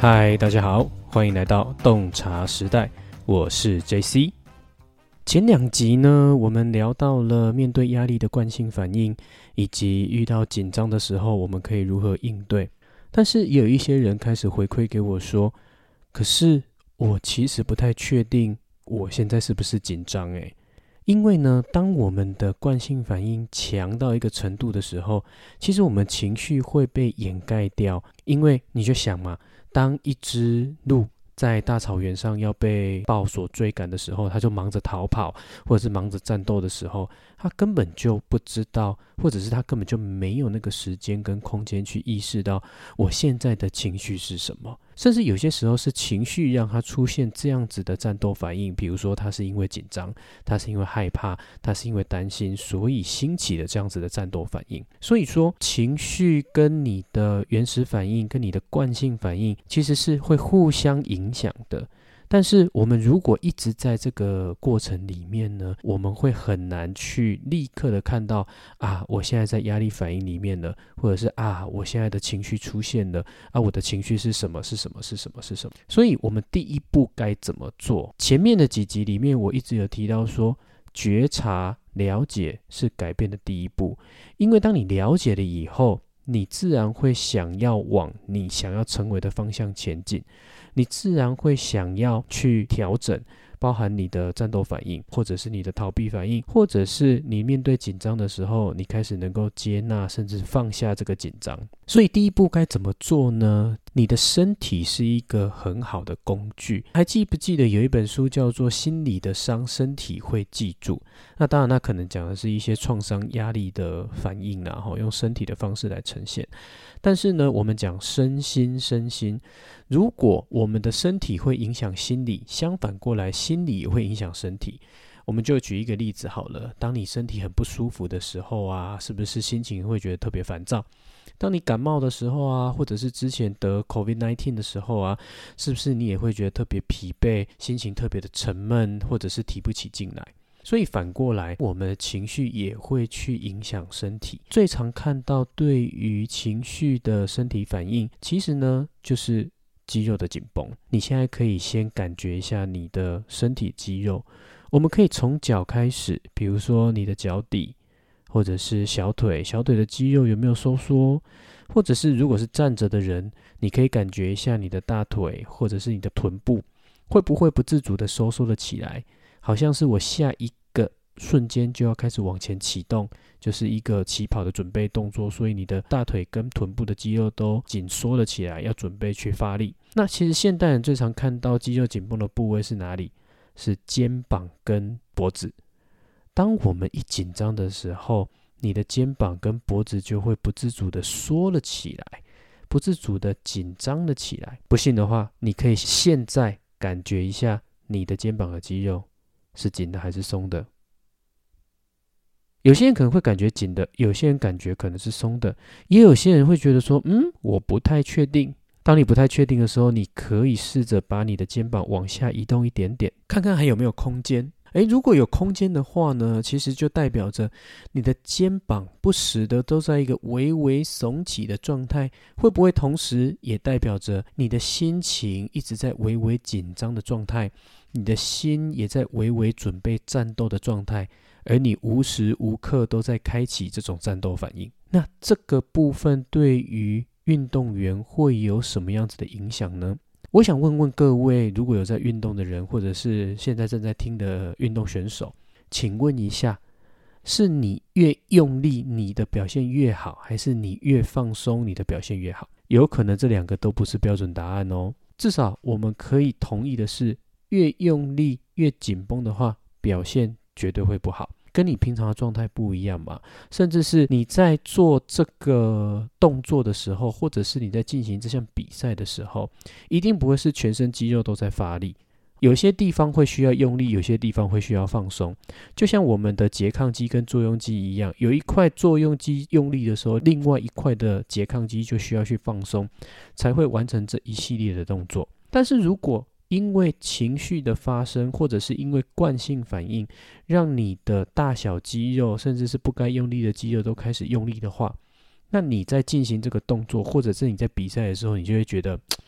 嗨，大家好，欢迎来到洞察时代，我是 JC。前2集呢，我们聊到了面对压力的惯性反应，以及遇到紧张的时候，我们可以如何应对。但是也有一些人开始回馈给我说，可是我其实不太确定我现在是不是紧张诶。因为呢，当我们的惯性反应强到一个程度的时候，其实我们情绪会被掩盖掉。因为你就想嘛，当一只鹿在大草原上要被豹所追赶的时候，他就忙着逃跑，或者是忙着战斗的时候，他根本就不知道，或者是他根本就没有那个时间跟空间去意识到我现在的情绪是什么。甚至有些时候是情绪让他出现这样子的战斗反应，比如说他是因为紧张，他是因为害怕，他是因为担心，所以兴起的这样子的战斗反应。所以说情绪跟你的原始反应跟你的惯性反应其实是会互相影响的。但是我们如果一直在这个过程里面呢，我们会很难去立刻的看到我现在在压力反应里面了，或者是我现在的情绪出现了，我的情绪是什么是什么是什么是什么。所以我们第一步该怎么做？前面的几集里面我一直有提到说，觉察了解是改变的第一步。因为当你了解了以后，你自然会想要往你想要成为的方向前进，你自然会想要去调整，包含你的战斗反应，或者是你的逃避反应，或者是你面对紧张的时候，你开始能够接纳甚至放下这个紧张。所以第一步该怎么做呢？你的身体是一个很好的工具。还记不记得有一本书叫做《心理的伤，身体会记住》？那当然那可能讲的是一些创伤压力的反应啦，用身体的方式来呈现。但是呢，我们讲身心，如果我们的身体会影响心理，相反过来心理也会影响身体。我们就举一个例子好了，当你身体很不舒服的时候是不是心情会觉得特别烦躁？当你感冒的时候或者是之前得 COVID-19 的时候是不是你也会觉得特别疲惫，心情特别的沉闷，或者是提不起劲来？所以反过来，我们的情绪也会去影响身体。最常看到对于情绪的身体反应，其实呢就是肌肉的紧绷。你现在可以先感觉一下你的身体肌肉，我们可以从脚开始，比如说你的脚底，或者是小腿的肌肉有没有收缩，或者是如果是站着的人，你可以感觉一下你的大腿或者是你的臀部会不会不自主的收缩了起来，好像是我下一个瞬间就要开始往前启动，就是一个起跑的准备动作，所以你的大腿跟臀部的肌肉都紧缩了起来，要准备去发力。那其实现代人最常看到肌肉紧绷的部位是哪里？是肩膀跟脖子。当我们一紧张的时候，你的肩膀跟脖子就会不自主的缩了起来，不自主的紧张了起来。不信的话，你可以现在感觉一下你的肩膀的肌肉是紧的还是松的。有些人可能会感觉紧的，有些人感觉可能是松的，也有些人会觉得说我不太确定。当你不太确定的时候，你可以试着把你的肩膀往下移动一点点，看看还有没有空间。如果有空间的话呢，其实就代表着你的肩膀不时的都在一个微微耸起的状态，会不会同时也代表着你的心情一直在微微紧张的状态，你的心也在微微准备战斗的状态，而你无时无刻都在开启这种战斗反应。那这个部分对于运动员会有什么样子的影响呢？我想问问各位，如果有在运动的人，或者是现在正在听的运动选手，请问一下，是你越用力你的表现越好，还是你越放松你的表现越好？有可能这两个都不是标准答案哦。至少我们可以同意的是，越用力越紧绷的话，表现绝对会不好，跟你平常的状态不一样嘛。甚至是你在做这个动作的时候，或者是你在进行这项比赛的时候，一定不会是全身肌肉都在发力，有些地方会需要用力，有些地方会需要放松。就像我们的拮抗肌跟作用肌一样，有一块作用肌用力的时候，另外一块的拮抗肌就需要去放松，才会完成这一系列的动作。但是如果因为情绪的发生，或者是因为惯性反应，让你的大小肌肉甚至是不该用力的肌肉都开始用力的话，那你在进行这个动作，或者是你在比赛的时候，你就会觉得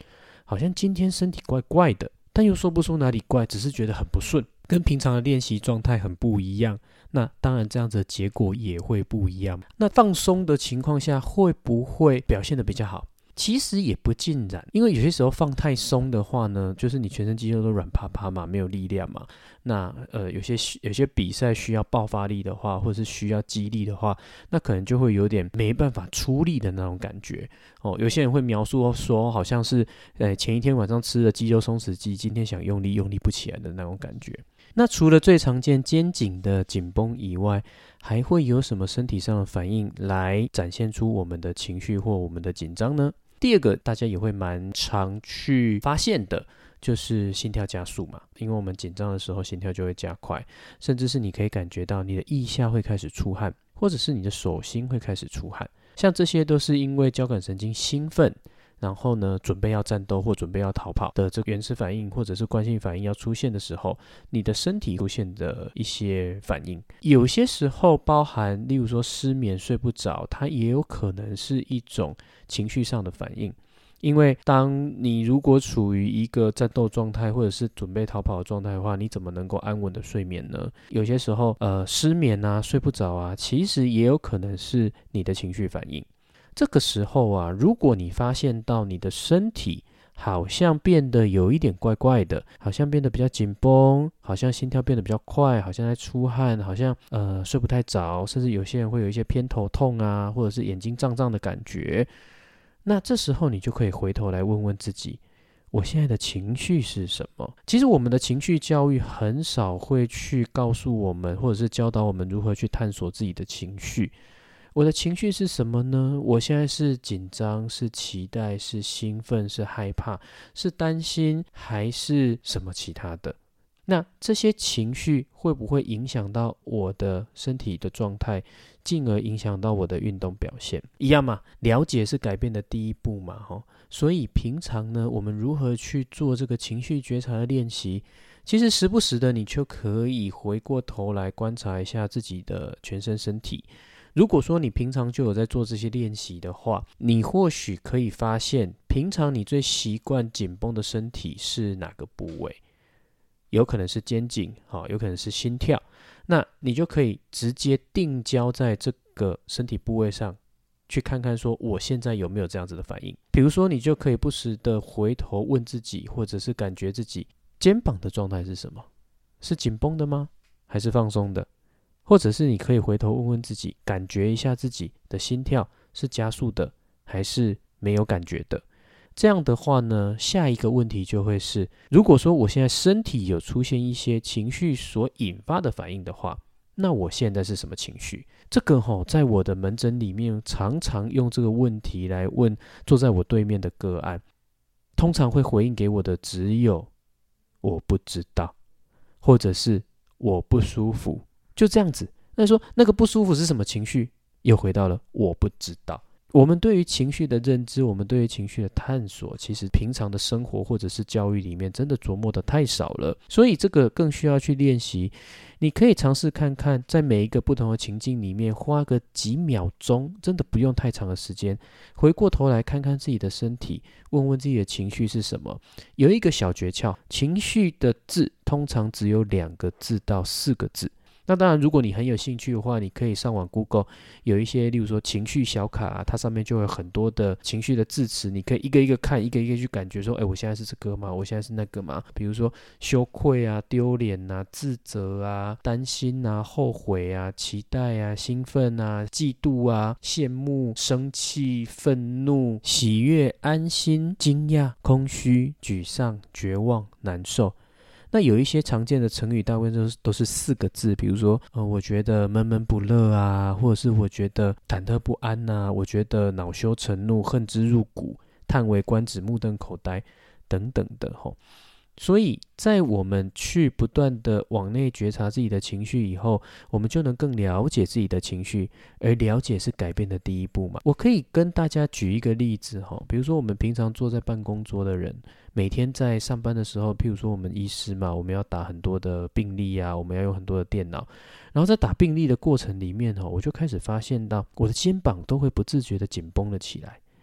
好像今天身体怪怪的，但又说不出哪里怪，只是觉得很不顺，跟平常的练习状态很不一样。那当然这样子的结果也会不一样。那放松的情况下会不会表现得比较好？其实也不尽然，因为有些时候放太松的话呢，就是你全身肌肉都软趴趴嘛，没有力量嘛。那有些比赛需要爆发力的话，或者是需要肌力的话，那可能就会有点没办法出力的那种感觉哦。有些人会描述说，好像是前一天晚上吃了肌肉松弛剂，今天想用力不起来的那种感觉。那除了最常见肩颈的紧绷以外，还会有什么身体上的反应来展现出我们的情绪或我们的紧张呢？第二个大家也会蛮常去发现的，就是心跳加速嘛，因为我们紧张的时候心跳就会加快，甚至是你可以感觉到你的腋下会开始出汗，或者是你的手心会开始出汗，像这些都是因为交感神经兴奋，然后呢准备要战斗或准备要逃跑的这个原始反应或者是惯性反应要出现的时候，你的身体出现的一些反应。有些时候包含例如说失眠睡不着，它也有可能是一种情绪上的反应。因为当你如果处于一个战斗状态或者是准备逃跑的状态的话，你怎么能够安稳的睡眠呢？有些时候失眠啊睡不着啊，其实也有可能是你的情绪反应。这个时候啊，如果你发现到你的身体好像变得有一点怪怪的，好像变得比较紧绷，好像心跳变得比较快，好像在出汗，好像睡不太着，甚至有些人会有一些偏头痛啊，或者是眼睛胀胀的感觉，那这时候你就可以回头来问问自己，我现在的情绪是什么？其实我们的情绪教育很少会去告诉我们，或者是教导我们如何去探索自己的情绪。我的情绪是什么呢？我现在是紧张，是期待，是兴奋，是害怕，是担心，还是什么其他的？那这些情绪会不会影响到我的身体的状态，进而影响到我的运动表现？一样嘛，了解是改变的第一步嘛，所以平常呢，我们如何去做这个情绪觉察的练习？其实时不时的你就可以回过头来观察一下自己的全身身体。如果说你平常就有在做这些练习的话，你或许可以发现，平常你最习惯紧绷的身体是哪个部位？有可能是肩颈，有可能是心跳，那你就可以直接定焦在这个身体部位上，去看看说我现在有没有这样子的反应。比如说，你就可以不时的回头问自己，或者是感觉自己肩膀的状态是什么？是紧绷的吗？还是放松的？或者是你可以回头问问自己，感觉一下自己的心跳是加速的还是没有感觉的。这样的话呢，下一个问题就会是，如果说我现在身体有出现一些情绪所引发的反应的话，那我现在是什么情绪？这个在我的门诊里面常常用这个问题来问坐在我对面的个案，通常会回应给我的只有我不知道，或者是我不舒服，就这样子。那说那个不舒服是什么情绪？又回到了我不知道。我们对于情绪的认知，我们对于情绪的探索，其实平常的生活或者是教育里面真的琢磨的太少了，所以这个更需要去练习。你可以尝试看看，在每一个不同的情境里面花个几秒钟，真的不用太长的时间，回过头来看看自己的身体，问问自己的情绪是什么。有一个小诀窍，情绪的字通常只有2个字到4个字。那当然，如果你很有兴趣的话，你可以上网 Google， 有一些例如说情绪小卡它上面就有很多的情绪的字词，你可以一个一个看，一个一个去感觉说，我现在是这个吗？我现在是那个吗？比如说羞愧啊、丢脸啊、自责啊、担心啊、后悔啊、期待啊、兴奋啊、嫉妒啊、羡慕、生气、愤怒、喜悦、安心、惊讶、空虚、沮丧、绝望、难受。那有一些常见的成语大部分都是4个字，比如说我觉得闷闷不乐啊，或者是我觉得忐忑不安啊，我觉得恼羞成怒，恨之入骨，叹为观止，目瞪口呆等等的所以在我们去不断的往内觉察自己的情绪以后，我们就能更了解自己的情绪，而了解是改变的第一步嘛。我可以跟大家举一个例子比如说我们平常坐在办公桌的人，每天在上班的时候，譬如说我们医师嘛，我们要打很多的病历啊，我们要用很多的电脑，然后在打病历的过程里面我就开始发现到我的肩膀都会不自觉的紧绷了起来。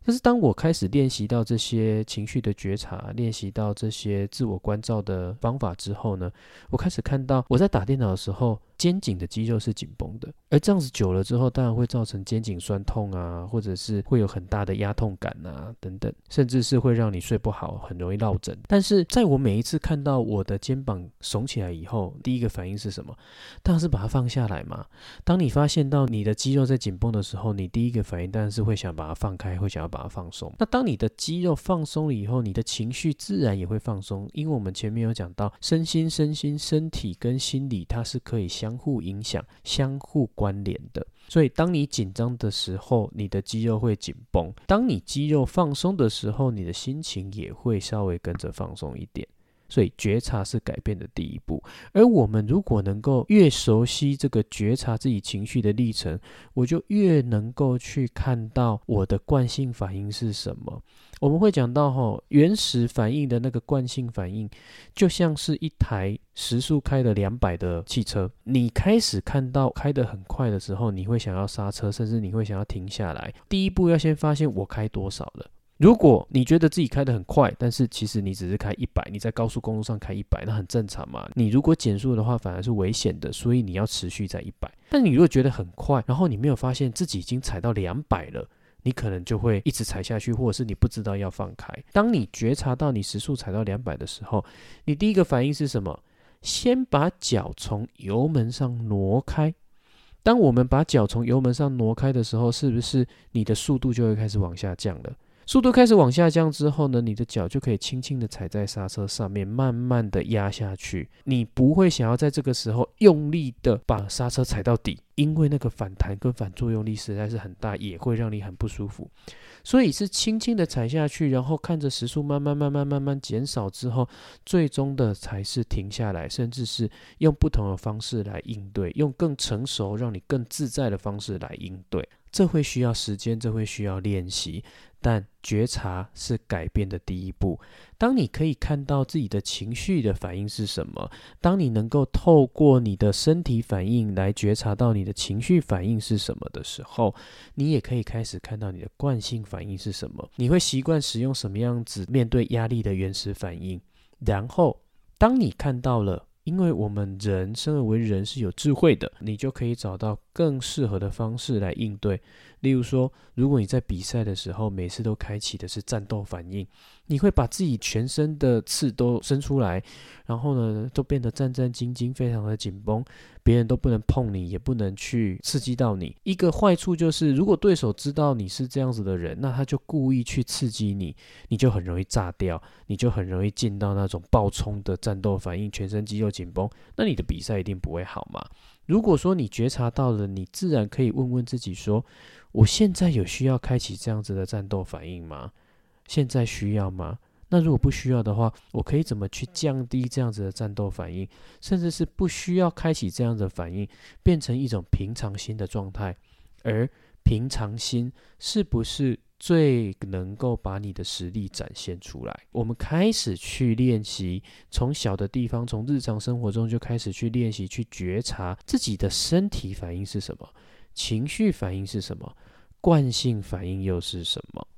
但是当我开始练习到这些情绪的觉察，练习到这些自我关照的方法之后呢，我开始看到我在打电脑的时候，肩颈的肌肉是紧绷的，而这样子久了之后，当然会造成肩颈酸痛啊，或者是会有很大的压痛感啊等等，甚至是会让你睡不好，很容易落枕。但是在我每一次看到我的肩膀耸起来以后，第一个反应是什么？当然是把它放下来嘛。当你发现到你的肌肉在紧绷的时候，你第一个反应当然是会想把它放开，会想要把它放松。那当你的肌肉放松了以后，你的情绪自然也会放松，因为我们前面有讲到身体跟心理它是可以相互影响、相互关联的。所以当你紧张的时候，你的肌肉会紧绷，当你肌肉放松的时候，你的心情也会稍微跟着放松一点。所以觉察是改变的第一步，而我们如果能够越熟悉这个觉察自己情绪的历程，我就越能够去看到我的惯性反应是什么。我们会讲到原始反应的那个惯性反应，就像是一台时速开了200的汽车，你开始看到开得很快的时候，你会想要刹车，甚至你会想要停下来。第一步要先发现我开多少了。如果你觉得自己开得很快，但是其实你只是开100，你在高速公路上开100，那很正常嘛。你如果减速的话，反而是危险的，所以你要持续在100。但你如果觉得很快，然后你没有发现自己已经踩到200了，你可能就会一直踩下去，或者是你不知道要放开。当你觉察到你时速踩到200的时候，你第一个反应是什么？先把脚从油门上挪开。当我们把脚从油门上挪开的时候，是不是你的速度就会开始往下降了？速度开始往下降之后呢，你的脚就可以轻轻的踩在刹车上面，慢慢的压下去。你不会想要在这个时候用力的把刹车踩到底，因为那个反弹跟反作用力实在是很大，也会让你很不舒服。所以是轻轻的踩下去，然后看着时速慢慢减少之后，最终的才是停下来，甚至是用不同的方式来应对，用更成熟让你更自在的方式来应对。这会需要时间，这会需要练习，但觉察是改变的第一步。当你可以看到自己的情绪的反应是什么，当你能够透过你的身体反应来觉察到你的情绪反应是什么的时候，你也可以开始看到你的惯性反应是什么，你会习惯使用什么样子面对压力的原始反应。然后当你看到了，因为我们人生而为人是有智慧的，你就可以找到更适合的方式来应对。例如说，如果你在比赛的时候每次都开启的是战斗反应，你会把自己全身的刺都伸出来，然后呢都变得战战兢兢，非常的紧绷，别人都不能碰你，也不能去刺激到你。一个坏处就是，如果对手知道你是这样子的人，那他就故意去刺激你，你就很容易炸掉，你就很容易进到那种爆冲的战斗反应，全身肌肉紧绷，那你的比赛一定不会好嘛。如果说你觉察到了，你自然可以问问自己说，我现在有需要开启这样子的战斗反应吗？现在需要吗？那如果不需要的话，我可以怎么去降低这样子的战斗反应，甚至是不需要开启这样子的反应，变成一种平常心的状态。而平常心是不是最能够把你的实力展现出来？我们开始去练习，从小的地方，从日常生活中就开始去练习，去觉察自己的身体反应是什么，情绪反应是什么，惯性反应又是什么。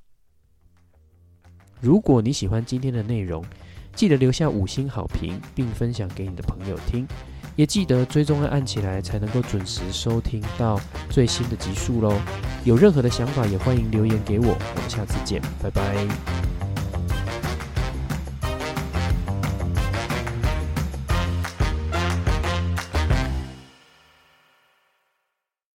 如果你喜欢今天的内容，记得留下5星好评，并分享给你的朋友听，也记得追踪按起来，才能够准时收听到最新的集数咯。有任何的想法也欢迎留言给我，我们下次见，拜拜。